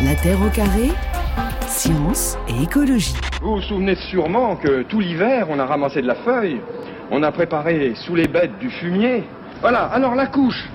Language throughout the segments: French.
La Terre au carré, science et écologie. Vous vous souvenez sûrement que tout l'hiver, on a ramassé de la feuille, on a préparé sous les bêtes du fumier. Voilà, alors la couche,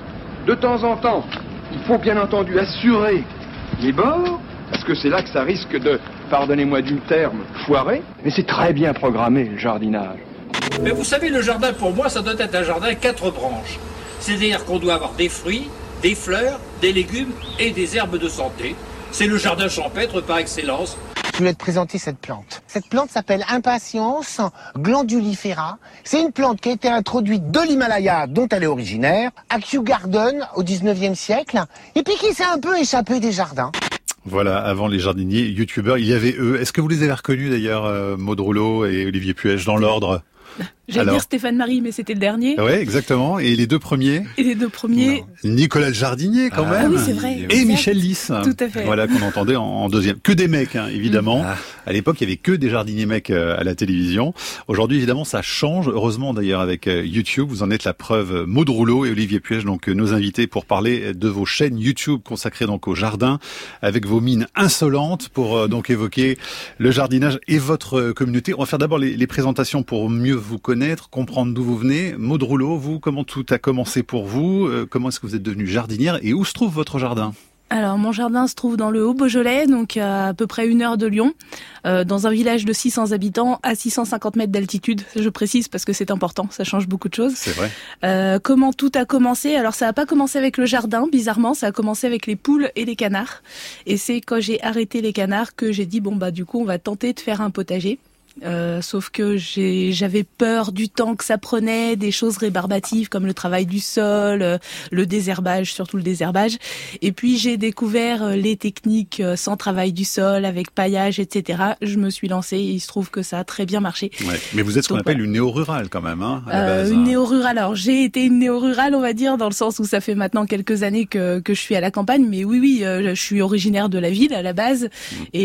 de temps en temps, il faut bien entendu assurer les bords, parce que c'est là que ça risque de, pardonnez-moi du terme, foirer. Mais c'est très bien programmé, le jardinage. Mais vous savez, le jardin, pour moi, ça doit être un jardin 4 branches. C'est-à-dire qu'on doit avoir des fruits, des fleurs, des légumes et des herbes de santé. C'est le jardin champêtre par excellence. Je voulais te présenter cette plante. Cette plante s'appelle Impatiens glandulifera. C'est une plante qui a été introduite de l'Himalaya, dont elle est originaire, à Kew Garden au 19e siècle, et puis qui s'est un peu échappée des jardins. Voilà, avant les jardiniers youtubeurs, il y avait eux. Est-ce que vous les avez reconnus d'ailleurs, Maud Rouleau et Olivier Puech, dans l'ordre ? J'allais dire Stéphane Marie, mais c'était le dernier. Oui, exactement. Et les deux premiers ? Et les deux premiers... Nicolas le jardinier, quand même. Ah oui, c'est vrai. Et Michel Lys. Tout à fait. Voilà, qu'on entendait en deuxième. Que des mecs, hein, évidemment. À l'époque, il y avait que des jardiniers mecs à la télévision. Aujourd'hui, évidemment, ça change. Heureusement, d'ailleurs, avec YouTube. Vous en êtes la preuve. Maud Rouleau et Olivier Puech, donc nos invités pour parler de vos chaînes YouTube consacrées donc au jardin, avec vos mines insolentes pour donc évoquer le jardinage et votre communauté. On va faire d'abord les présentations pour mieux vous connaître, comprendre d'où vous venez. Maud Rouleau, vous, comment tout a commencé pour vous ? Comment est-ce que vous êtes devenue jardinière et où se trouve votre jardin ? Alors, mon jardin se trouve dans le Haut-Beaujolais, donc à peu près 1 heure de Lyon, dans un village de 600 habitants à 650 mètres d'altitude. Je précise parce que c'est important, ça change beaucoup de choses. C'est vrai. Comment tout a commencé ? Alors, ça n'a pas commencé avec le jardin, bizarrement, ça a commencé avec les poules et les canards. Et c'est quand j'ai arrêté les canards que j'ai dit, du coup, on va tenter de faire un potager. Sauf que j'avais peur du temps que ça prenait, des choses rébarbatives comme le travail du sol, le désherbage, surtout le désherbage. Et puis j'ai découvert les techniques sans travail du sol, avec paillage, etc. Je me suis lancée et il se trouve que ça a très bien marché. Ouais. Mais vous êtes ce qu'on appelle une néo-rurale quand même, hein, à la base. Une néo-rurale. Alors j'ai été une néo-rurale, on va dire, dans le sens où ça fait maintenant quelques années que je suis à la campagne. Mais oui, je suis originaire de la ville à la base et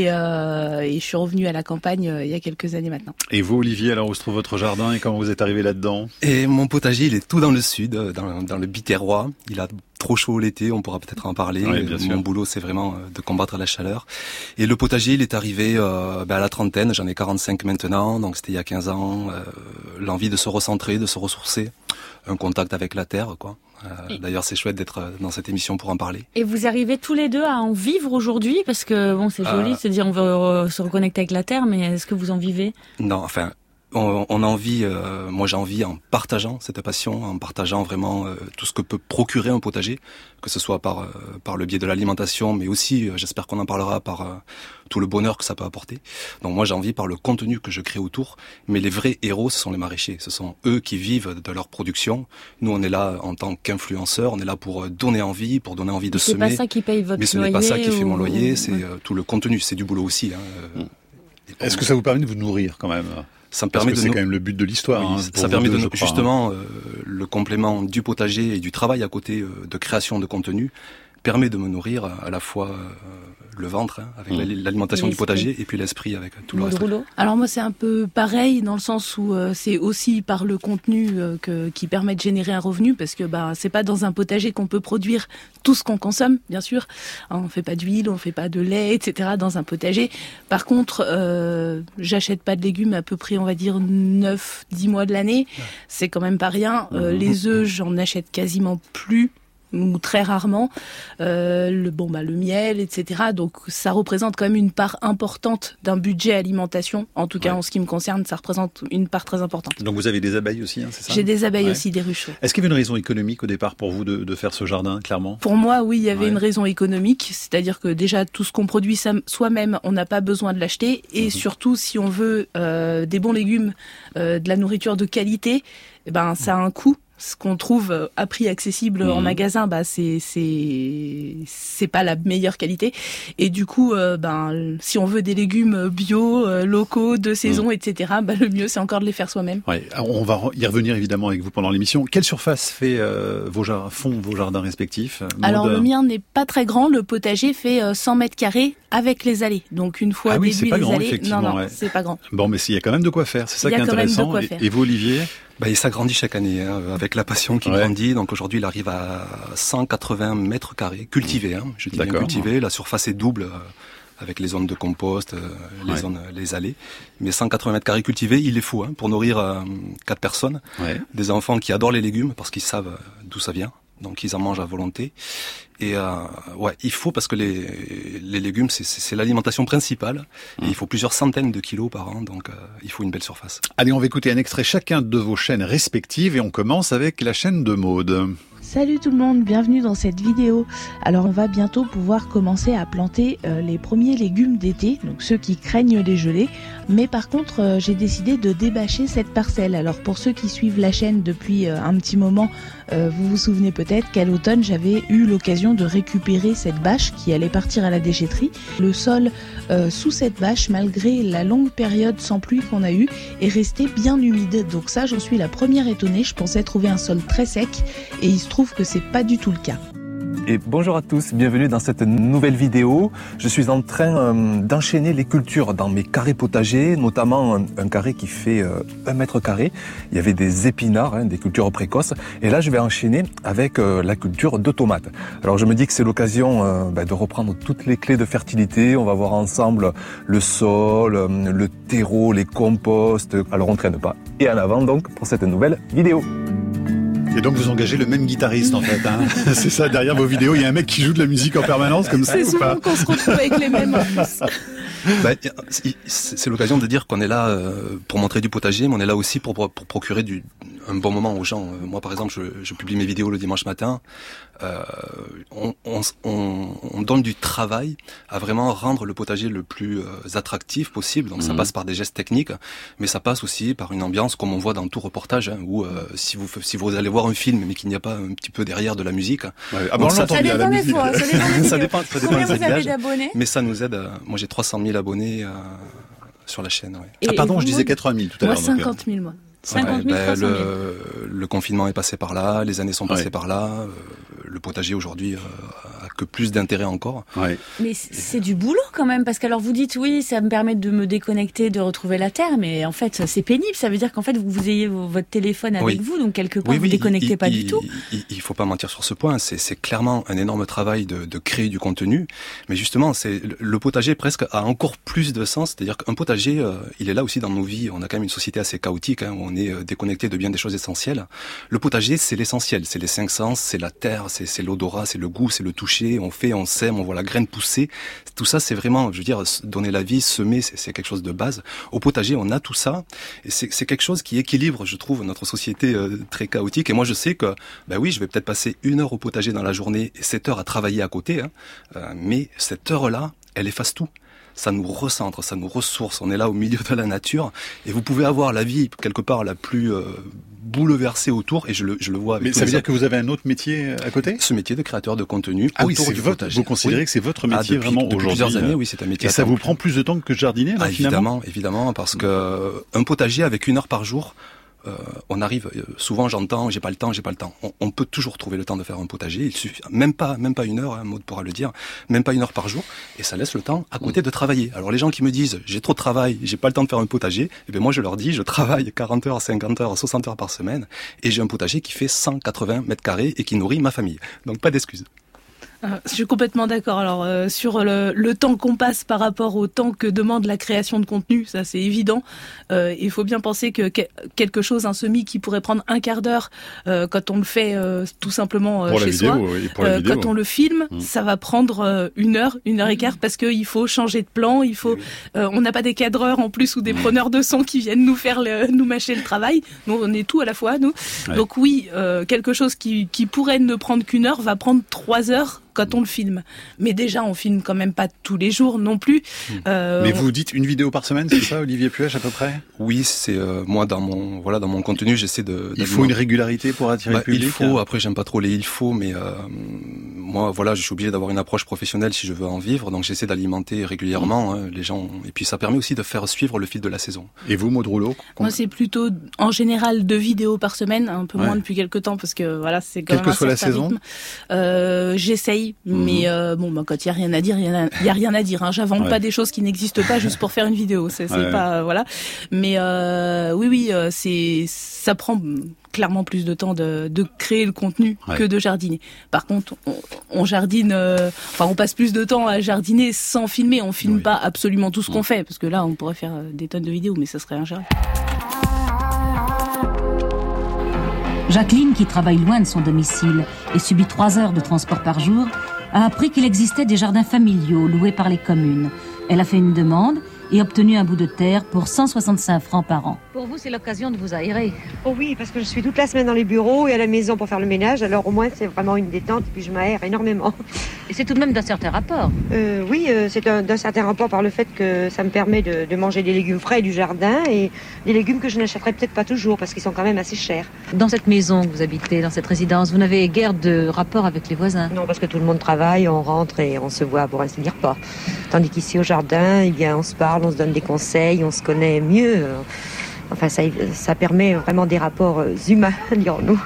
je suis revenue à la campagne il y a quelques années maintenant. Et vous, Olivier, alors où se trouve votre jardin et comment vous êtes arrivé là-dedans ? Et mon potager, il est tout dans le sud, dans le Biterrois. Il a trop chaud l'été, on pourra peut-être en parler. Oui, bien sûr. Mon boulot, c'est vraiment de combattre la chaleur. Et le potager, il est arrivé à la trentaine, j'en ai 45 maintenant, donc c'était il y a 15 ans. L'envie de se recentrer, de se ressourcer, un contact avec la terre, quoi. D'ailleurs, c'est chouette d'être dans cette émission pour en parler. Et vous arrivez tous les deux à en vivre aujourd'hui ? Parce que bon, c'est joli de se dire on veut se reconnecter avec la terre, mais est-ce que vous en vivez ? Non, enfin... On a envie, moi j'ai envie en partageant cette passion, en partageant vraiment tout ce que peut procurer un potager, que ce soit par le biais de l'alimentation, mais aussi, j'espère qu'on en parlera, par tout le bonheur que ça peut apporter. Donc moi j'ai envie par le contenu que je crée autour, mais les vrais héros ce sont les maraîchers, ce sont eux qui vivent de leur production. Nous on est là en tant qu'influenceurs, on est là pour donner envie de semer. C'est pas ça qui paye votre loyer. Mais ce n'est pas ça qui fait mon loyer, c'est tout le contenu, c'est du boulot aussi. Est-ce que ça vous permet de vous nourrir quand même ? Ça me permet c'est quand même le but de l'histoire. Oui, ça permet de justement le complément du potager et du travail à côté de création de contenu permet de me nourrir à la fois le ventre avec l'alimentation du potager et puis l'esprit avec tout le reste. Alors moi c'est un peu pareil dans le sens où c'est aussi par le contenu qui permet de générer un revenu parce que c'est pas dans un potager qu'on peut produire tout ce qu'on consomme bien sûr. On fait pas d'huile, on fait pas de lait, etc. dans un potager. Par contre j'achète pas de légumes à peu près on va dire 9-10 mois de l'année. Ouais. C'est quand même pas rien. Les œufs j'en achète quasiment plus. Ou très rarement, le miel, etc. Donc ça représente quand même une part importante d'un budget alimentation. En tout cas, en ce qui me concerne, ça représente une part très importante. Donc vous avez des abeilles aussi, hein, c'est ça ? J'ai des abeilles aussi, des ruches. Est-ce qu'il y avait une raison économique au départ pour vous de faire ce jardin, clairement ? Pour moi, oui, il y avait une raison économique. C'est-à-dire que déjà, tout ce qu'on produit soi-même, on n'a pas besoin de l'acheter. Et surtout, si on veut des bons légumes, de la nourriture de qualité, ça a un coût. Ce qu'on trouve à prix accessible en magasin, c'est pas la meilleure qualité. Et du coup, si on veut des légumes bio, locaux, de saison, etc., le mieux c'est encore de les faire soi-même. Ouais, on va y revenir évidemment avec vous pendant l'émission. Quelle surface font vos jardins respectifs ? Alors le mien n'est pas très grand. Le potager fait 100 mètres carrés avec les allées. Donc une fois déduit les allées, c'est pas grand. Bon, mais s'il y a quand même de quoi faire, c'est ça qui est intéressant. Et vous, Olivier? Il s'agrandit chaque année, avec la passion qui grandit. Donc aujourd'hui, il arrive à 180 mètres carrés cultivés. Je dis bien cultivés. La surface est double. Avec les zones de compost, les allées. Mais 180 mètres carrés cultivés, il est fou, pour nourrir 4 personnes. Des enfants qui adorent les légumes parce qu'ils savent d'où ça vient. Donc ils en mangent à volonté. Et il faut, parce que les légumes, c'est l'alimentation principale. Et il faut plusieurs centaines de kilos par an, donc il faut une belle surface. Allez, on va écouter un extrait chacun de vos chaînes respectives et on commence avec la chaîne de Maude. Salut tout le monde, bienvenue dans cette vidéo. Alors on va bientôt pouvoir commencer à planter les premiers légumes d'été, donc ceux qui craignent les gelées. Mais par contre, j'ai décidé de débâcher cette parcelle. Alors pour ceux qui suivent la chaîne depuis un petit moment, vous vous souvenez peut-être qu'à l'automne, j'avais eu l'occasion de récupérer cette bâche qui allait partir à la déchetterie. Le sol sous cette bâche, malgré la longue période sans pluie qu'on a eue, est resté bien humide. Donc ça, j'en suis la première étonnée. Je pensais trouver un sol très sec et il se trouve que c'est pas du tout le cas. Et bonjour à tous, bienvenue dans cette nouvelle vidéo. Je suis en train d'enchaîner les cultures dans mes carrés potagers, notamment un carré qui fait 1 mètre carré. Il y avait des épinards, des cultures précoces. Et là, je vais enchaîner avec la culture de tomates. Alors, je me dis que c'est l'occasion de reprendre toutes les clés de fertilité. On va voir ensemble le sol, le terreau, les composts. Alors, on ne traîne pas. Et en avant, donc, pour cette nouvelle vidéo. Et donc vous engagez le même guitariste en fait, C'est ça, derrière vos vidéos, il y a un mec qui joue de la musique en permanence comme ça ou pas? C'est souvent qu'on se retrouve avec les mêmes en plus. C'est l'occasion de dire qu'on est là pour montrer du potager, mais on est là aussi pour procurer un bon moment aux gens. Moi par exemple, je publie mes vidéos le dimanche matin. On donne du travail à vraiment rendre le potager le plus attractif possible. Donc ça passe par des gestes techniques, mais ça passe aussi par une ambiance comme on voit dans tout reportage, où si vous allez voir un film mais qu'il n'y a pas un petit peu derrière de la musique. Ça dépend des fois. Ça dépend Combien des vous avez d'abonnés? Mais ça nous aide. Moi j'ai 300 000 abonnés sur la chaîne. Pardon, je disais 80 000 tout à l'heure. Moi 50 000 moi. 50 000, 300 000. Le confinement est passé par là, les années sont passées par là. Le potager aujourd'hui a que plus d'intérêt encore. Mais c'est du boulot quand même, parce que alors vous dites oui, ça me permet de me déconnecter, de retrouver la terre, mais en fait c'est pénible. Ça veut dire qu'en fait vous ayez votre téléphone avec vous, donc quelque part vous déconnectez pas du tout. Il faut pas mentir sur ce point. C'est clairement un énorme travail de créer du contenu, mais justement c'est le potager presque a encore plus de sens. C'est-à-dire qu'un potager, il est là aussi dans nos vies. On a quand même une société assez chaotique, où on est déconnecté de bien des choses essentielles. Le potager, c'est l'essentiel, c'est les 5 sens, c'est la terre, c'est l'odorat, c'est le goût, c'est le toucher, on fait, on sème, on voit la graine pousser. Tout ça, c'est vraiment, je veux dire, donner la vie, semer, c'est quelque chose de base. Au potager, on a tout ça. Et c'est quelque chose qui équilibre, je trouve, notre société très chaotique. Et moi, je sais que, je vais peut-être passer 1 heure au potager dans la journée et 7 heures à travailler à côté. Mais cette heure-là, elle efface tout. Ça nous recentre, ça nous ressource. On est là au milieu de la nature et vous pouvez avoir la vie quelque part la plus bouleversée autour et je le vois avec. Mais ça veut dire que vous avez un autre métier à côté? Ce métier de créateur de contenu autour du potager. Vous considérez que c'est votre métier depuis vraiment aujourd'hui? Plusieurs années, oui, c'est un métier. Et ça vous prend plus de temps que jardiner, là, finalement? Évidemment, parce que un potager avec 1 heure par jour. On arrive, souvent j'entends, j'ai pas le temps. On peut toujours trouver le temps de faire un potager. Il suffit, même pas 1 heure, Maud pourra le dire, même pas 1 heure par jour. Et ça laisse le temps à côté de travailler. Alors les gens qui me disent, j'ai trop de travail, j'ai pas le temps de faire un potager, moi je leur dis, je travaille 40 heures, 50 heures, 60 heures par semaine. Et j'ai un potager qui fait 180 mètres carrés et qui nourrit ma famille. Donc pas d'excuses. Je suis complètement d'accord. Alors sur le temps qu'on passe par rapport au temps que demande la création de contenu, ça c'est évident. Il faut bien penser que quelque chose, un semis qui pourrait prendre 1/4 d'heure quand on le fait tout simplement chez soi, quand on le filme, ça va prendre 1 heure, 1 heure et quart, parce qu'il faut changer de plan. Il faut, on n'a pas des cadreurs en plus ou des preneurs de son qui viennent nous faire nous mâcher le travail. Nous on est tout à la fois nous. Donc oui, quelque chose qui pourrait ne prendre qu'1 heure va prendre 3 heures quand on le filme. Mais déjà, on filme quand même pas tous les jours non plus. Mais vous dites 1 vidéo par semaine, c'est ça, Olivier Puech, à peu près? Oui, c'est moi dans mon contenu, j'essaie de. Il faut une régularité pour attirer le public. Il faut. Après, j'aime pas trop les il faut, mais moi, je suis obligé d'avoir une approche professionnelle si je veux en vivre, donc j'essaie d'alimenter régulièrement les gens. Et puis ça permet aussi de faire suivre le fil de la saison. Et vous, Maud Rouleau? Moi, c'est plutôt en général 2 vidéos par semaine, un peu moins depuis quelques temps, parce que voilà, c'est quand même un certain rythme. J'essaye conseils, mais quand il y a rien à dire, il y a rien à dire. Hein. J'invente pas des choses qui n'existent pas juste pour faire une vidéo. C'est pas voilà. Mais ça prend clairement plus de temps de créer le contenu que de jardiner. Par contre, on jardine, on passe plus de temps à jardiner sans filmer. On filme pas absolument tout ce qu'on fait, parce que là, on pourrait faire des tonnes de vidéos, mais ça serait un jardin. Jacqueline, qui travaille loin de son domicile et subit 3 heures de transport par jour, a appris qu'il existait des jardins familiaux loués par les communes. Elle a fait une demande et obtenu un bout de terre pour 165 francs par an. Pour vous, c'est l'occasion de vous aérer. Oh oui, parce que je suis toute la semaine dans les bureaux et à la maison pour faire le ménage, alors au moins c'est vraiment une détente et puis je m'aère énormément. Et c'est tout de même d'un certain rapport. Oui, c'est d'un certain rapport par le fait que ça me permet de manger des légumes frais du jardin et des légumes que je n'achèterais peut-être pas toujours parce qu'ils sont quand même assez chers. Dans cette maison que vous habitez, dans cette résidence, vous n'avez guère de rapport avec les voisins? Non, parce que tout le monde travaille, on rentre et on se voit pour ainsi dire pas. Tandis qu'ici au jardin, eh bien, on se parle, on se donne des conseils, on se connaît mieux. Enfin, ça permet vraiment des rapports humains, dirons-nous.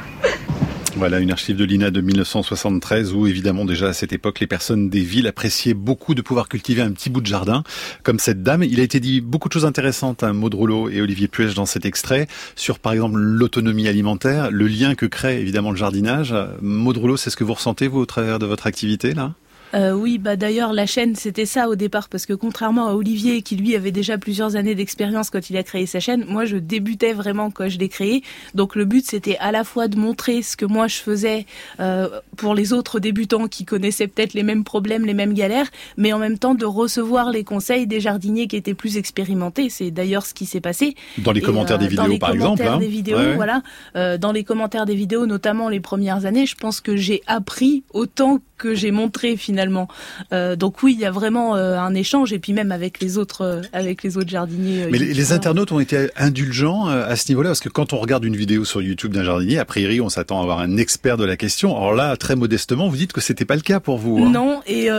Voilà une archive de l'INA de 1973 où évidemment déjà à cette époque les personnes des villes appréciaient beaucoup de pouvoir cultiver un petit bout de jardin comme cette dame. Il a été dit beaucoup de choses intéressantes, Maud Rouleau et Olivier Puech dans cet extrait sur par exemple l'autonomie alimentaire, le lien que crée évidemment le jardinage. Maud Rouleau, c'est ce que vous ressentez vous au travers de votre activité là ? Oui, d'ailleurs la chaîne c'était ça au départ, parce que contrairement à Olivier qui lui avait déjà plusieurs années d'expérience quand il a créé sa chaîne, moi je débutais vraiment quand je l'ai créé, donc le but c'était à la fois de montrer ce que moi je faisais pour les autres débutants qui connaissaient peut-être les mêmes problèmes, les mêmes galères, mais en même temps de recevoir les conseils des jardiniers qui étaient plus expérimentés. C'est d'ailleurs ce qui s'est passé. Dans les commentaires des vidéos par exemple. Des vidéos, voilà. Dans les commentaires des vidéos, notamment les premières années, je pense que j'ai appris autant que j'ai montré finalement. Donc oui, il y a vraiment un échange, et puis même avec les autres jardiniers. Mais les internautes ont été indulgents à ce niveau-là, parce que quand on regarde une vidéo sur YouTube d'un jardinier, a priori on s'attend à avoir un expert de la question. Alors là, très modestement, vous dites que c'était pas le cas pour vous. Hein. Non, et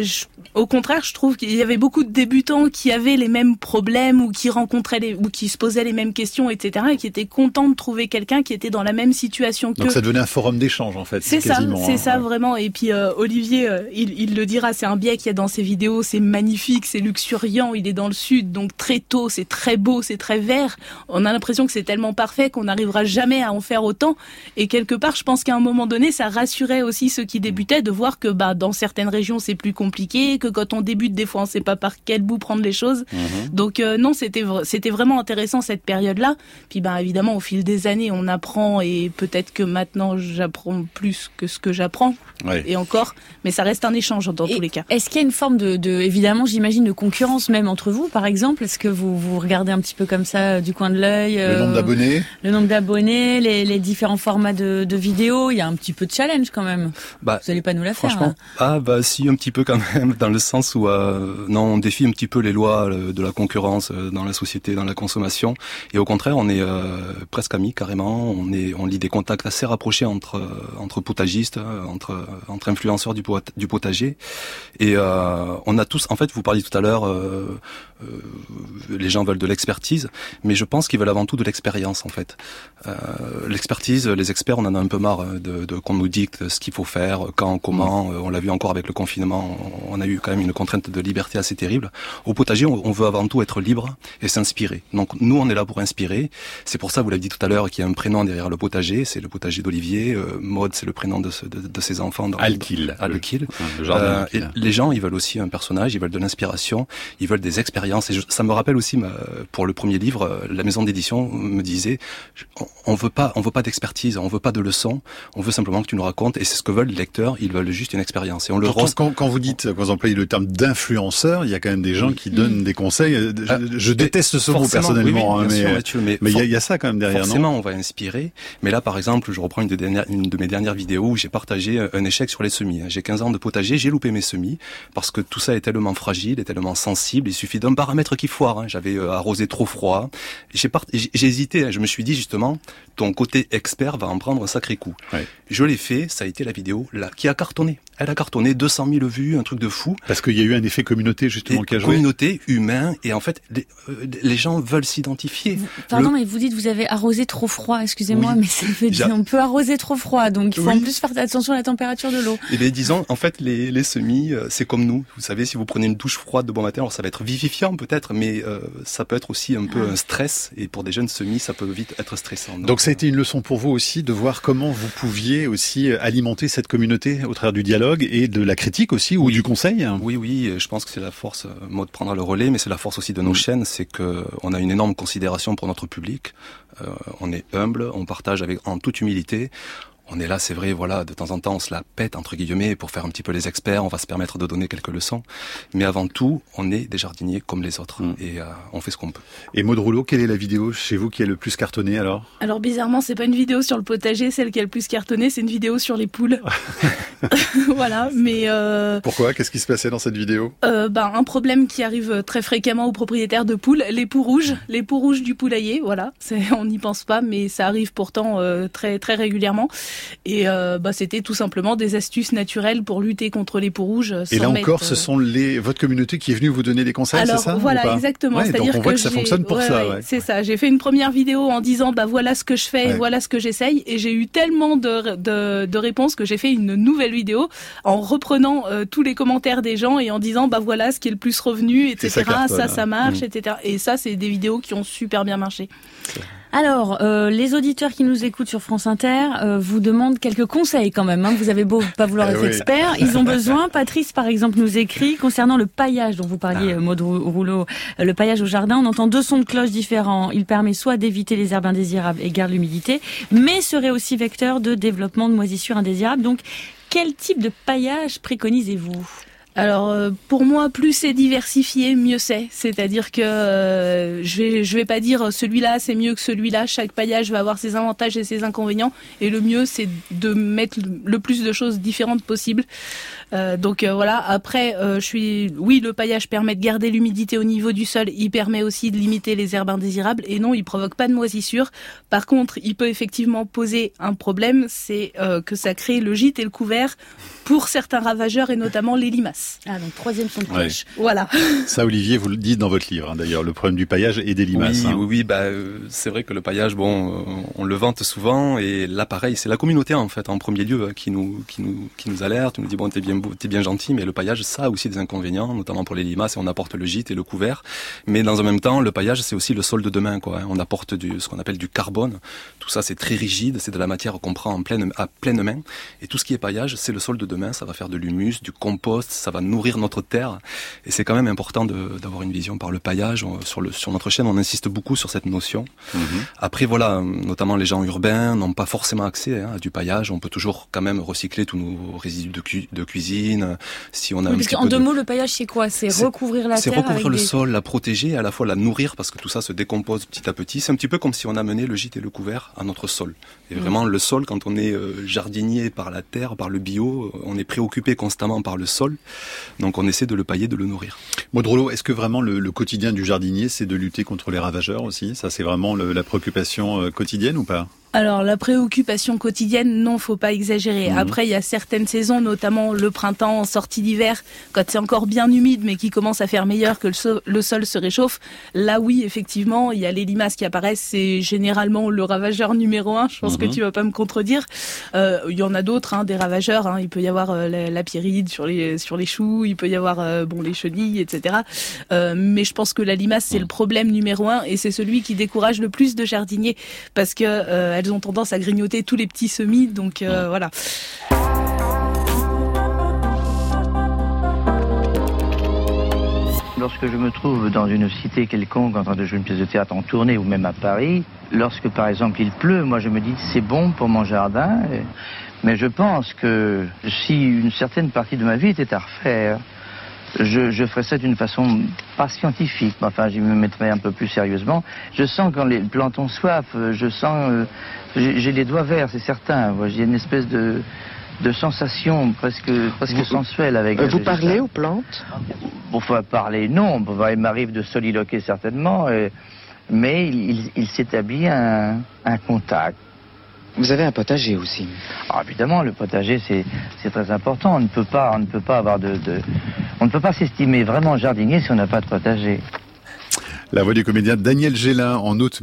au contraire, je trouve qu'il y avait beaucoup de débutants qui avaient les mêmes problèmes ou qui rencontraient ou qui se posaient les mêmes questions, etc., et qui étaient contents de trouver quelqu'un qui était dans la même situation qu'eux. Donc ça devenait un forum d'échange en fait. C'est ça vraiment. Et puis Olivier, il le dira, c'est un biais qu'il y a dans ses vidéos, c'est magnifique, c'est luxuriant, il est dans le sud, donc très tôt, c'est très beau, c'est très vert. On a l'impression que c'est tellement parfait qu'on n'arrivera jamais à en faire autant. Et quelque part, je pense qu'à un moment donné, ça rassurait aussi ceux qui débutaient de voir que dans certaines régions, c'est plus compliqué, que quand on débute, des fois, on ne sait pas par quel bout prendre les choses. Donc non, c'était vraiment intéressant cette période-là. Puis évidemment, au fil des années, on apprend, et peut-être que maintenant, j'apprends plus que ce que j'apprends. Et encore, mais ça reste un échange dans tous les cas. Est-ce qu'il y a une forme évidemment, j'imagine, de concurrence même entre vous, par exemple? Est-ce que vous regardez un petit peu comme ça du coin de l'œil le nombre d'abonnés, les différents formats de vidéos? Il y a un petit peu de challenge quand même. Vous n'allez pas nous la faire. Franchement, si, un petit peu quand même, dans le sens où on défie un petit peu les lois de la concurrence dans la société, dans la consommation. Et au contraire, on est presque amis carrément. On lit des contacts assez rapprochés entre potagistes, entre influenceurs du potager. Et on a tous, en fait, vous parliez tout à l'heure, les gens veulent de l'expertise, mais je pense qu'ils veulent avant tout de l'expérience en fait. L'expertise, les experts, on en a un peu marre de qu'on nous dicte ce qu'il faut faire, quand, comment. On l'a vu encore avec le confinement, on a eu quand même une contrainte de liberté assez terrible. Au potager, on veut avant tout être libre et s'inspirer. Donc nous, on est là pour inspirer. C'est pour ça, vous l'avez dit tout à l'heure, qu'il y a un prénom derrière le potager, c'est le potager d'Olivier. Maud, c'est le prénom de ses enfants. Alkil. Le jardin et les gens, ils veulent aussi un personnage, ils veulent de l'inspiration, ils veulent des expériences. Et ça me rappelle aussi, pour le premier livre, la maison d'édition me disait, on veut pas d'expertise, on veut pas de leçons, on veut simplement que tu nous racontes. Et c'est ce que veulent les lecteurs, ils veulent juste une expérience. Et on quand vous dites, quand vous employez le terme d'influenceur, il y a quand même des gens qui donnent des conseils. Je déteste ce mot personnellement, mais il y a ça quand même derrière. Forcément, on va inspirer. Mais là, par exemple, je reprends une de mes dernières vidéos où j'ai partagé un échec sur les semis. J'ai 15 ans de potager, j'ai loupé mes semis parce que tout ça est tellement fragile, est tellement sensible. Il suffit d'un paramètre qui foire. J'avais arrosé trop froid. J'ai hésité. Je me suis dit justement, ton côté expert va en prendre un sacré coup. Je l'ai fait. Ça a été la vidéo là qui a cartonné. Elle a cartonné 200 000 vues, un truc de fou. Parce qu'il y a eu un effet communauté justement qui a joué. Communauté, humain, et en fait, les gens veulent s'identifier. Pardon, mais vous dites vous avez arrosé trop froid, excusez-moi, mais ça veut dire on peut arroser trop froid, donc il faut en plus faire attention à la température de l'eau. Et bien disons, en fait, les semis, c'est comme nous. Vous savez, si vous prenez une douche froide de bon matin, alors ça va être vivifiant peut-être, mais ça peut être aussi un peu un stress, et pour des jeunes semis, ça peut vite être stressant. Donc ça a été une leçon pour vous aussi de voir comment vous pouviez aussi alimenter cette communauté au travers du dialogue et de la critique aussi, ou du conseil. Oui, je pense que c'est la force, Maud prendra le relais, mais c'est la force aussi de nos chaînes, c'est que on a une énorme considération pour notre public, on est humble, on partage en toute humilité. On est là, c'est vrai, voilà, de temps en temps, on se la pète, entre guillemets, pour faire un petit peu les experts, on va se permettre de donner quelques leçons. Mais avant tout, on est des jardiniers comme les autres, et on fait ce qu'on peut. Et Maud Rouleau, quelle est la vidéo chez vous qui a le plus cartonné, alors? Alors, bizarrement, c'est pas une vidéo sur le potager, celle qui a le plus cartonné, c'est une vidéo sur les poules. Voilà, mais... Pourquoi? Qu'est-ce qui se passait dans cette vidéo? Un problème qui arrive très fréquemment aux propriétaires de poules, les poux rouges du poulailler, voilà. On n'y pense pas, mais ça arrive pourtant très, très régulièrement. Et c'était tout simplement des astuces naturelles pour lutter contre les peaux rouges. Et là encore, ce sont votre communauté qui est venue vous donner des conseils, alors, c'est ça? Voilà, exactement. Ouais, c'est-à-dire donc on voit que ça fonctionne pour ça. Ouais. C'est ça. J'ai fait une première vidéo en disant voilà ce que je fais, voilà ce que j'essaye, et j'ai eu tellement de réponses que j'ai fait une nouvelle vidéo en reprenant tous les commentaires des gens et en disant voilà ce qui est le plus revenu, etc. Ça marche, etc. Et ça, c'est des vidéos qui ont super bien marché. Alors, les auditeurs qui nous écoutent sur France Inter vous demandent quelques conseils quand même. Vous avez beau pas vouloir être expert, ils ont besoin. Patrice, par exemple, nous écrit concernant le paillage dont vous parliez, Maud Rouleau, le paillage au jardin. On entend deux sons de cloche différents. Il permet soit d'éviter les herbes indésirables et garde l'humidité, mais serait aussi vecteur de développement de moisissures indésirables. Donc, quel type de paillage préconisez-vous ? Alors pour moi, plus c'est diversifié, mieux c'est. C'est-à-dire que je vais pas dire celui-là c'est mieux que celui-là. Chaque paillage va avoir ses avantages et ses inconvénients. Et le mieux c'est de mettre le plus de choses différentes possible. Voilà. Après, le paillage permet de garder l'humidité au niveau du sol. Il permet aussi de limiter les herbes indésirables. Et non, il provoque pas de moisissure. Par contre, il peut effectivement poser un problème, c'est que ça crée le gîte et le couvert pour certains ravageurs et notamment les limaces. Ah, donc troisième son de cloche. Voilà. Ça, Olivier, vous le dites dans votre livre, d'ailleurs, le problème du paillage et des limaces. Oui, c'est vrai que le paillage, on le vante souvent, et là, pareil, c'est la communauté, en fait, en premier lieu, qui nous alerte, nous dit, t'es bien gentil, mais le paillage, ça a aussi des inconvénients, notamment pour les limaces, et on apporte le gîte et le couvert. Mais dans un même temps, le paillage, c'est aussi le sol de demain, quoi. On apporte ce qu'on appelle du carbone. Tout ça, c'est très rigide, c'est de la matière qu'on prend à pleine main. Et tout ce qui est paillage, c'est le sol de demain, ça va faire de l'humus, du compost, ça va nourrir notre terre. Et c'est quand même important d'avoir une vision par le paillage. Sur notre chaîne, on insiste beaucoup sur cette notion. Après, voilà, notamment les gens urbains n'ont pas forcément accès à du paillage. On peut toujours quand même recycler tous nos résidus de cuisine. Si on a en deux mots, le paillage, c'est quoi? C'est recouvrir la terre. C'est recouvrir le sol, la protéger, et à la fois la nourrir, parce que tout ça se décompose petit à petit. C'est un petit peu comme si on amenait le gîte et le couvert à notre sol. Et vraiment, le sol, quand on est jardinier par la terre, par le bio, on est préoccupé constamment par le sol. Donc on essaie de le pailler, de le nourrir. Maud Rouleau, est-ce que vraiment le quotidien du jardinier, c'est de lutter contre les ravageurs aussi? Ça, c'est vraiment la préoccupation quotidienne ou pas? Alors la préoccupation quotidienne, non, faut pas exagérer. Après, il y a certaines saisons, notamment le printemps, en sortie d'hiver, quand c'est encore bien humide, mais qui commence à faire meilleur, que le sol se réchauffe. Là, oui, effectivement, il y a les limaces qui apparaissent. C'est généralement le ravageur numéro 1. Je pense que tu vas pas me contredire. Il y en a d'autres, des ravageurs. Il peut y avoir la pyrrhide sur les choux. Il peut y avoir les chenilles, etc. Mais je pense que la limace, c'est le problème numéro 1, et c'est celui qui décourage le plus de jardiniers, parce que elles ont tendance à grignoter tous les petits semis, donc voilà. Lorsque je me trouve dans une cité quelconque en train de jouer une pièce de théâtre en tournée, ou même à Paris, lorsque par exemple il pleut, moi je me dis c'est bon pour mon jardin, mais je pense que si une certaine partie de ma vie était à refaire, je ferais ça d'une façon pas scientifique, enfin j'y me mettrais un peu plus sérieusement. Je sens quand les plantes ont soif, je sens, j'ai les doigts verts, c'est certain. J'ai une espèce de sensation presque sensuelle avec. Vous parlez aux plantes? Enfin, parler, non. Il m'arrive de soliloquer certainement, mais il s'établit un contact. Vous avez un potager aussi. Ah, évidemment, le potager, c'est très important. On ne peut pas s'estimer vraiment jardinier si on n'a pas de potager. La voix du comédien Daniel Gélin en août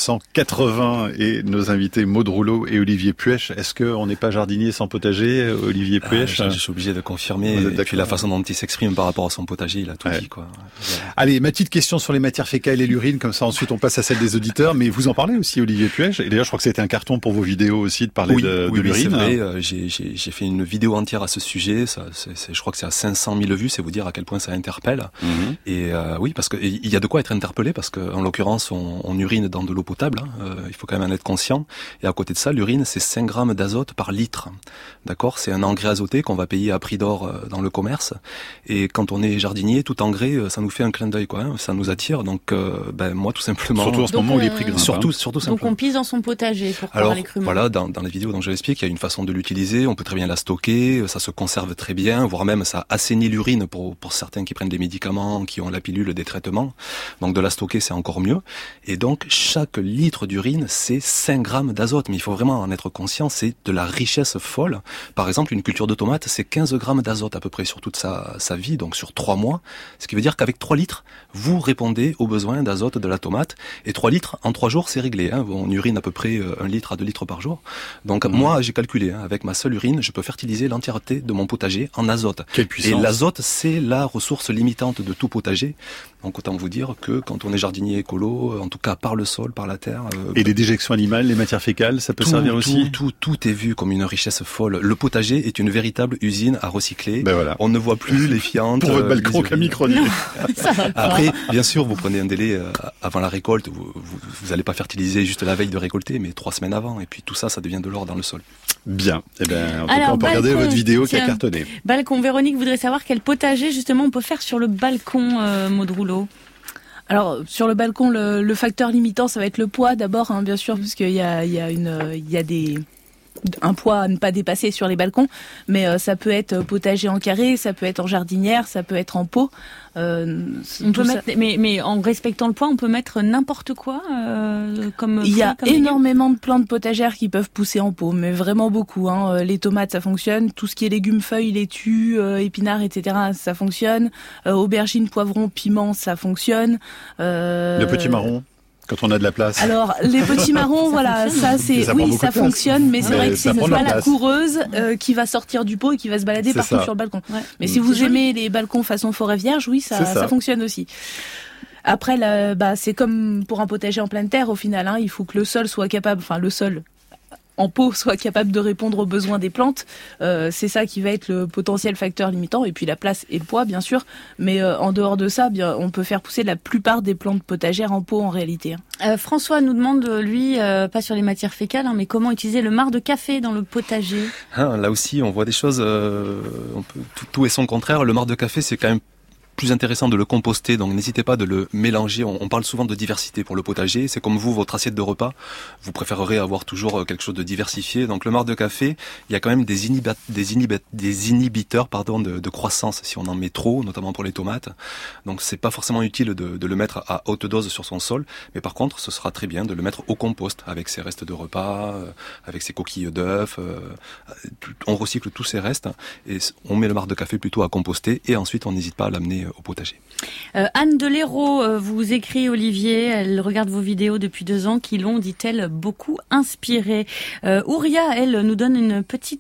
1980 et nos invités Maud Rouleau et Olivier Puech. Est-ce qu'on n'est pas jardinier sans potager, Olivier Puech? Je suis obligé de confirmer. Et puis la façon dont il s'exprime par rapport à son potager, il a tout dit, quoi. Allez, ma petite question sur les matières fécales et l'urine, comme ça ensuite on passe à celle des auditeurs. Mais vous en parlez aussi, Olivier Puech. Et d'ailleurs, je crois que c'était un carton pour vos vidéos aussi de parler de l'urine. C'est vrai. J'ai fait une vidéo entière à ce sujet. Je crois que c'est à 500 000 vues. C'est vous dire à quel point ça interpelle. Et oui, parce que il y a de quoi être interpellé. Parce que en l'occurrence, on urine dans de l'eau potable. Il faut quand même en être conscient. Et à côté de ça, l'urine, c'est 5 grammes d'azote par litre. D'accord ? C'est un engrais azoté qu'on va payer à prix d'or dans le commerce. Et quand on est jardinier, tout engrais, ça nous fait un clin d'œil, quoi. Ça nous attire. Donc, moi, tout simplement. Surtout en ce moment où les prix grimpent. Surtout simplement. Donc, on pise dans son potager pour pouvoir les crumeurs. Voilà, dans les vidéos dont je l'explique, il y a une façon de l'utiliser. On peut très bien la stocker. Ça se conserve très bien, voire même ça assainit l'urine pour certains qui prennent des médicaments, qui ont la pilule des traitements. Donc, de la stocker, c'est encore mieux. Et donc, chaque litre d'urine, c'est 5 grammes d'azote. Mais il faut vraiment en être conscient, c'est de la richesse folle. Par exemple, une culture de tomates, c'est 15 grammes d'azote à peu près sur toute sa vie, donc sur 3 mois. Ce qui veut dire qu'avec 3 litres, vous répondez aux besoins d'azote de la tomate. Et 3 litres, en 3 jours, c'est réglé. On urine à peu près 1 litre à 2 litres par jour. Donc, moi, j'ai calculé, avec ma seule urine, je peux fertiliser l'entièreté de mon potager en azote. Quelle puissance! Et l'azote, c'est la ressource limitante de tout potager. Donc, autant vous dire que quand on est jardinier écolo, en tout cas par le sol, par la terre. Et les déjections animales, les matières fécales, ça peut servir aussi? Tout est vu comme une richesse folle. Le potager est une véritable usine à recycler. Ben voilà. On ne voit plus les fientes. Pour votre balcon, Camille Cronier. Après, bien sûr, vous prenez un délai avant la récolte. Vous allez pas fertiliser juste la veille de récolter, mais 3 semaines avant. Et puis tout ça, ça devient de l'or dans le sol. Bien. Eh ben, en tout cas, on peut regarder votre vidéo qui a cartonné. Balcon. Véronique voudrait savoir quel potager, justement, on peut faire sur le balcon, Maud Rouleau. Alors sur le balcon, le facteur limitant, ça va être le poids d'abord, bien sûr, parce qu'il y a un poids à ne pas dépasser sur les balcons, mais ça peut être potager en carré, ça peut être en jardinière, ça peut être en pot. On peut mettre, mais en respectant le poids, on peut mettre n'importe quoi comme. Il y a énormément de plantes potagères qui peuvent pousser en pot, mais vraiment beaucoup. Les tomates, ça fonctionne. Tout ce qui est légumes, feuilles, laitues, épinards, etc., ça fonctionne. Aubergines, poivrons, piments, ça fonctionne. Le petit marron. Quand on a de la place. Alors les petits marrons, voilà, ça c'est ça fonctionne, mais c'est vrai que c'est pas la coureuse qui va sortir du pot et qui va se balader partout sur le balcon. Ouais. Mais si vous aimez les balcons façon forêt vierge, oui, ça fonctionne aussi. Après, c'est comme pour un potager en pleine terre au final. Il faut que le sol soit capable, le sol en pot soit capable de répondre aux besoins des plantes. C'est ça qui va être le potentiel facteur limitant. Et puis la place et le poids, bien sûr. Mais en dehors de ça, on peut faire pousser la plupart des plantes potagères en pot en réalité. François nous demande, lui, pas sur les matières fécales, mais comment utiliser le marc de café dans le potager. Là aussi, on voit des choses, tout est son contraire. Le marc de café, c'est quand même plus intéressant de le composter, donc n'hésitez pas de le mélanger. On parle souvent de diversité pour le potager, c'est comme vous, votre assiette de repas, vous préférerez avoir toujours quelque chose de diversifié. Donc le marc de café, il y a quand même des inhibiteurs de croissance si on en met trop, notamment pour les tomates. Donc c'est pas forcément utile de le mettre à haute dose sur son sol, mais par contre ce sera très bien de le mettre au compost avec ses restes de repas, avec ses coquilles d'œufs. On recycle tous ces restes et on met le marc de café plutôt à composter et ensuite on n'hésite pas à l'amener au potager. Anne de l'Hérault vous écrit, Olivier, elle regarde vos vidéos depuis 2 ans qui l'ont, dit-elle, beaucoup inspirée. Ouria, elle, nous donne une petit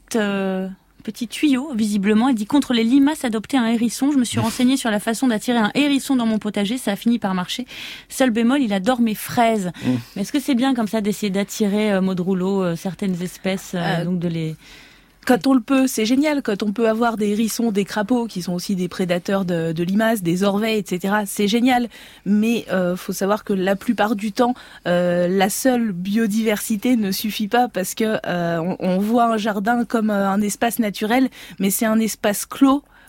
tuyau, visiblement. Elle dit: contre les limaces, adopter un hérisson. Je me suis renseignée sur la façon d'attirer un hérisson dans mon potager. Ça a fini par marcher. Seul bémol, il adore mes fraises. Mais est-ce que c'est bien comme ça d'essayer d'attirer, Maud Rouleau, certaines espèces, donc de les... Quand on le peut, c'est génial. Quand on peut avoir des hérissons, des crapauds, qui sont aussi des prédateurs de limaces, des orvets, etc., c'est génial. Mais faut savoir que la plupart du temps, la seule biodiversité ne suffit pas, parce que on voit un jardin comme un espace naturel, mais c'est un espace clos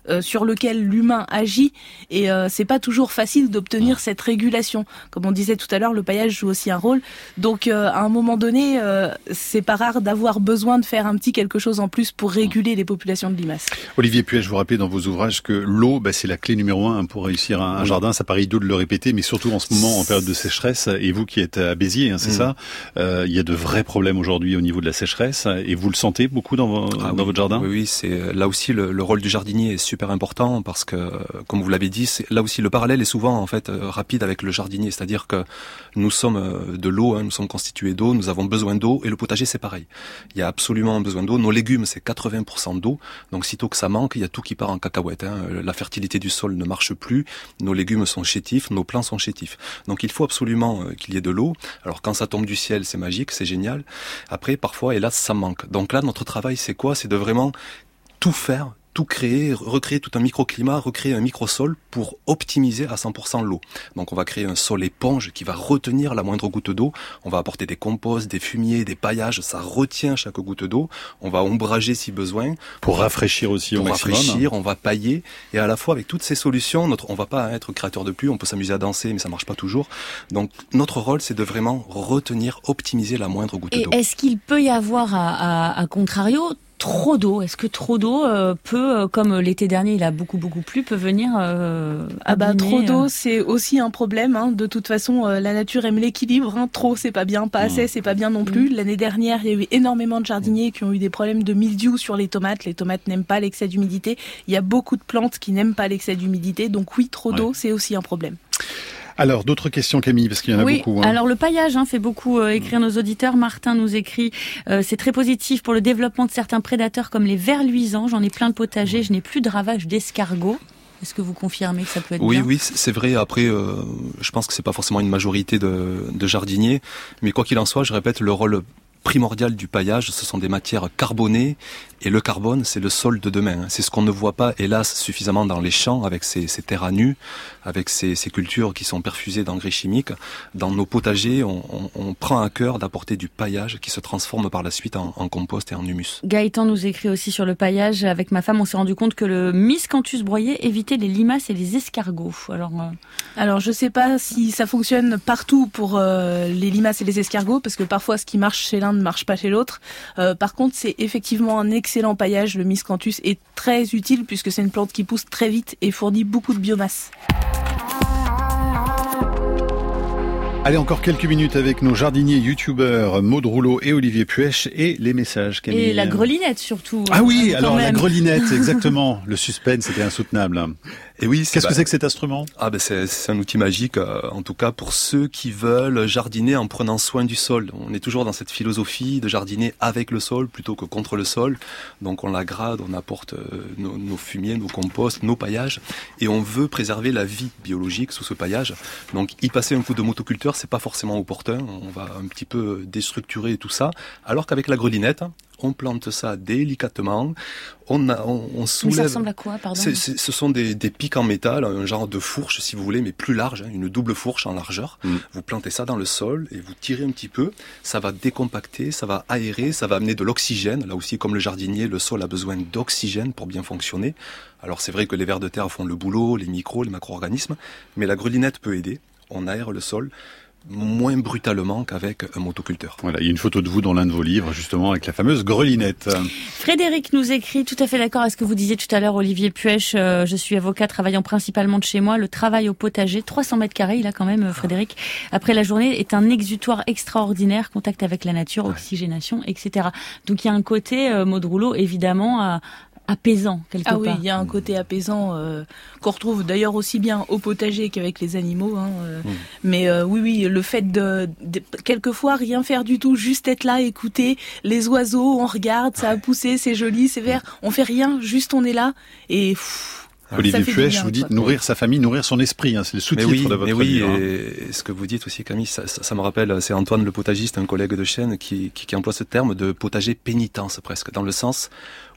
sur lequel l'humain agit et c'est pas toujours facile d'obtenir cette régulation. Comme on disait tout à l'heure, le paillage joue aussi un rôle. Donc à un moment donné, c'est pas rare d'avoir besoin de faire un petit quelque chose en plus pour réguler les populations de limaces. Olivier Puech, vous rappelez dans vos ouvrages que l'eau, c'est la clé numéro 1 pour réussir un jardin. Ça paraît idiot de le répéter, mais surtout en ce moment, en période de sécheresse, et vous qui êtes à Béziers, c'est ça, il y a de vrais problèmes aujourd'hui au niveau de la sécheresse, et vous le sentez beaucoup dans votre jardin? Oui, c'est là aussi le rôle du jardinier est super important parce que, comme vous l'avez dit, là aussi le parallèle est souvent en fait rapide avec le jardinier, c'est-à-dire que nous sommes de l'eau, nous sommes constitués d'eau, nous avons besoin d'eau, et le potager c'est pareil. Il y a absolument besoin d'eau. Nos légumes c'est 80% d'eau, donc sitôt que ça manque, il y a tout qui part en cacahuète. La fertilité du sol ne marche plus, nos légumes sont chétifs, nos plants sont chétifs. Donc il faut absolument qu'il y ait de l'eau. Alors quand ça tombe du ciel, c'est magique, c'est génial. Après, parfois, hélas, ça manque. Donc là, notre travail, c'est quoi? C'est de vraiment tout faire, tout créer, recréer tout un microclimat, recréer un microsol pour optimiser à 100% l'eau. Donc on va créer un sol éponge qui va retenir la moindre goutte d'eau. On va apporter des composts, des fumiers, des paillages, ça retient chaque goutte d'eau. On va ombrager si besoin. Pour rafraîchir aussi au maximum. Rafraîchir, on va pailler. Et à la fois avec toutes ces solutions, on va pas être créateur de pluie, on peut s'amuser à danser, mais ça marche pas toujours. Donc notre rôle, c'est de vraiment retenir, optimiser la moindre goutte d'eau. Et est-ce qu'il peut y avoir, à contrario, trop d'eau? Est-ce que trop d'eau peut, comme l'été dernier il a beaucoup plu, peut venir abîmer, trop d'eau c'est aussi un problème. De toute façon, la nature aime l'équilibre. Trop c'est pas bien, pas assez c'est pas bien non plus. L'année dernière, il y a eu énormément de jardiniers qui ont eu des problèmes de mildiou sur les tomates. Les tomates n'aiment pas l'excès d'humidité. Il y a beaucoup de plantes qui n'aiment pas l'excès d'humidité. Donc oui, trop d'eau c'est aussi un problème. Alors, d'autres questions, Camille, parce qu'il y en a beaucoup. Alors le paillage fait beaucoup écrire nos auditeurs. Martin nous écrit c'est très positif pour le développement de certains prédateurs comme les vers luisants. J'en ai plein de potagers, je n'ai plus de ravage d'escargots. Est-ce que vous confirmez que ça peut être bien? Oui, c'est vrai. Après, je pense que c'est pas forcément une majorité de jardiniers, mais quoi qu'il en soit, je répète, le rôle primordial du paillage, ce sont des matières carbonées, et le carbone, c'est le sol de demain. C'est ce qu'on ne voit pas, hélas, suffisamment dans les champs, avec ces terres à nu, avec ces cultures qui sont perfusées d'engrais chimiques. Dans nos potagers, on prend à cœur d'apporter du paillage qui se transforme par la suite en compost et en humus. Gaëtan nous écrit aussi sur le paillage. Avec ma femme, on s'est rendu compte que le miscanthus broyé évitait les limaces et les escargots. Alors je sais pas si ça fonctionne partout pour les limaces et les escargots, parce que parfois ce qui marche chez l'un ne marche pas chez l'autre. Par contre, c'est effectivement un excellent paillage. Le miscanthus est très utile puisque c'est une plante qui pousse très vite et fournit beaucoup de biomasse. Allez, encore quelques minutes avec nos jardiniers youtubeurs Maud Rouleau et Olivier Puech, et les messages, Camille. Et la grelinette surtout. Ah oui, alors la grelinette, exactement. Le suspense, c'était insoutenable. Et oui, qu'est-ce que c'est que cet instrument? C'est un outil magique, en tout cas pour ceux qui veulent jardiner en prenant soin du sol. On est toujours dans cette philosophie de jardiner avec le sol plutôt que contre le sol. Donc on l'agrade, on apporte nos fumiers, nos composts, nos paillages, et on veut préserver la vie biologique sous ce paillage. Donc y passer un coup de motoculteur, c'est pas forcément opportun. On va un petit peu déstructurer tout ça, alors qu'avec la grelinette, on plante ça délicatement, on soulève... Mais ça ressemble à quoi, pardon? Ce sont des pics en métal, un genre de fourche si vous voulez, mais plus large, une double fourche en largeur. Vous plantez ça dans le sol et vous tirez un petit peu, ça va décompacter, ça va aérer, ça va amener de l'oxygène. Là aussi, comme le jardinier, le sol a besoin d'oxygène pour bien fonctionner. Alors c'est vrai que les vers de terre font le boulot, les micros, les macro-organismes, mais la grelinette peut aider, on aère le sol moins brutalement qu'avec un motoculteur. Voilà, il y a une photo de vous dans l'un de vos livres, justement, avec la fameuse grelinette. Frédéric nous écrit, tout à fait d'accord à ce que vous disiez tout à l'heure, Olivier Puech. Je suis avocat travaillant principalement de chez moi. Le travail au potager, 300 mètres carrés, il a quand même, Frédéric, après la journée, est un exutoire extraordinaire, contact avec la nature, oxygénation, etc. Donc il y a un côté, Maud Rouleau, évidemment, apaisant quelque part. Ah oui, il y a un côté apaisant qu'on retrouve d'ailleurs aussi bien au potager qu'avec les animaux. Mais oui, le fait de quelquefois rien faire du tout, juste être là, écouter les oiseaux, on regarde, ça a poussé, c'est joli, c'est vert, on fait rien, juste on est là et... Olivier Puech, vous dites nourrir sa famille, nourrir son esprit, c'est le sous-titre de votre livre. Et ce que vous dites aussi, Camille, ça me rappelle, c'est Antoine le potagiste, un collègue de chaîne, qui emploie ce terme de potager pénitence presque, dans le sens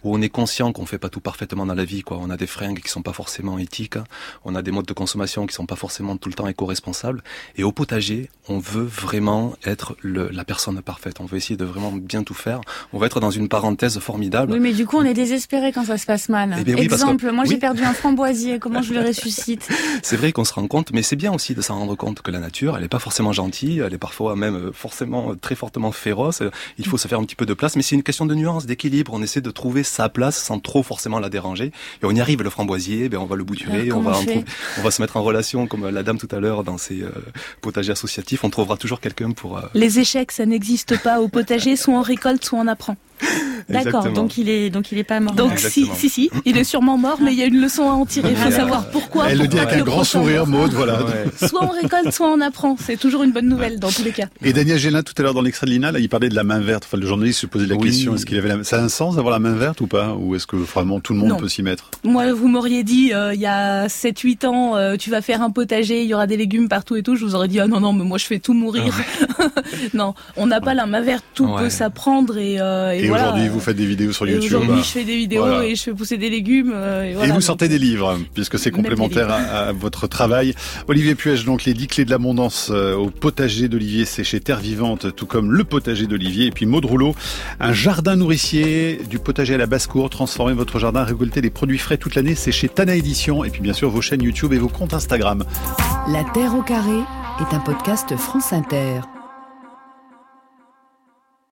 où on est conscient qu'on fait pas tout parfaitement dans la vie, quoi. On a des fringues qui sont pas forcément éthiques, on a des modes de consommation qui sont pas forcément tout le temps éco-responsables. Et au potager, on veut vraiment être la personne parfaite. On veut essayer de vraiment bien tout faire. On va être dans une parenthèse formidable. Oui, mais du coup, on est désespéré quand ça se passe mal. Eh bien, oui, exemple, moi j'ai perdu un framboisier, comment je le ressuscite? C'est vrai qu'on se rend compte, mais c'est bien aussi de s'en rendre compte que la nature, elle est pas forcément gentille, elle est parfois même forcément très fortement féroce. Il faut se faire un petit peu de place, mais c'est une question de nuance, d'équilibre. On essaie de trouver sa place sans trop forcément la déranger. Et on y arrive, le framboisier, on va le bouturer, on va se mettre en relation, comme la dame tout à l'heure dans ces potagers associatifs. On trouvera toujours quelqu'un pour... Les échecs, ça n'existe pas au potager, soit on récolte, soit on apprend. D'accord, donc il est pas mort. Donc si, il est sûrement mort, mais il y a une leçon à en tirer. Il faut savoir pourquoi. Elle le dit avec un grand sourire, Maud, voilà. Ouais. Soit on récolte, soit on apprend. C'est toujours une bonne nouvelle dans tous les cas. Et Daniel Gélin, tout à l'heure dans l'extrait de Lina, là, il parlait de la main verte. Enfin, le journaliste se posait la question, est-ce qu'il avait ça a un sens d'avoir la main verte ou pas? Ou est-ce que vraiment tout le monde peut s'y mettre? Moi, vous m'auriez dit, il y a 7-8 ans, tu vas faire un potager, il y aura des légumes partout et tout. Je vous aurais dit, ah non, mais moi je fais tout mourir. Non, on n'a pas la main verte, tout peut s'apprendre et voilà. Aujourd'hui, vous faites des vidéos sur YouTube. Aujourd'hui, je fais des vidéos et je fais pousser des légumes. Et vous sortez des livres, puisque c'est complémentaire à votre travail. Olivier Puech, donc les 10 clés de l'abondance au potager d'Olivier, c'est chez Terre Vivante, tout comme le potager d'Olivier. Et puis Maud Rouleau, un jardin nourricier, du potager à la basse-cour, transformer votre jardin, récolter des produits frais toute l'année, c'est chez Tana Édition. Et puis bien sûr, vos chaînes YouTube et vos comptes Instagram. La Terre au carré est un podcast France Inter.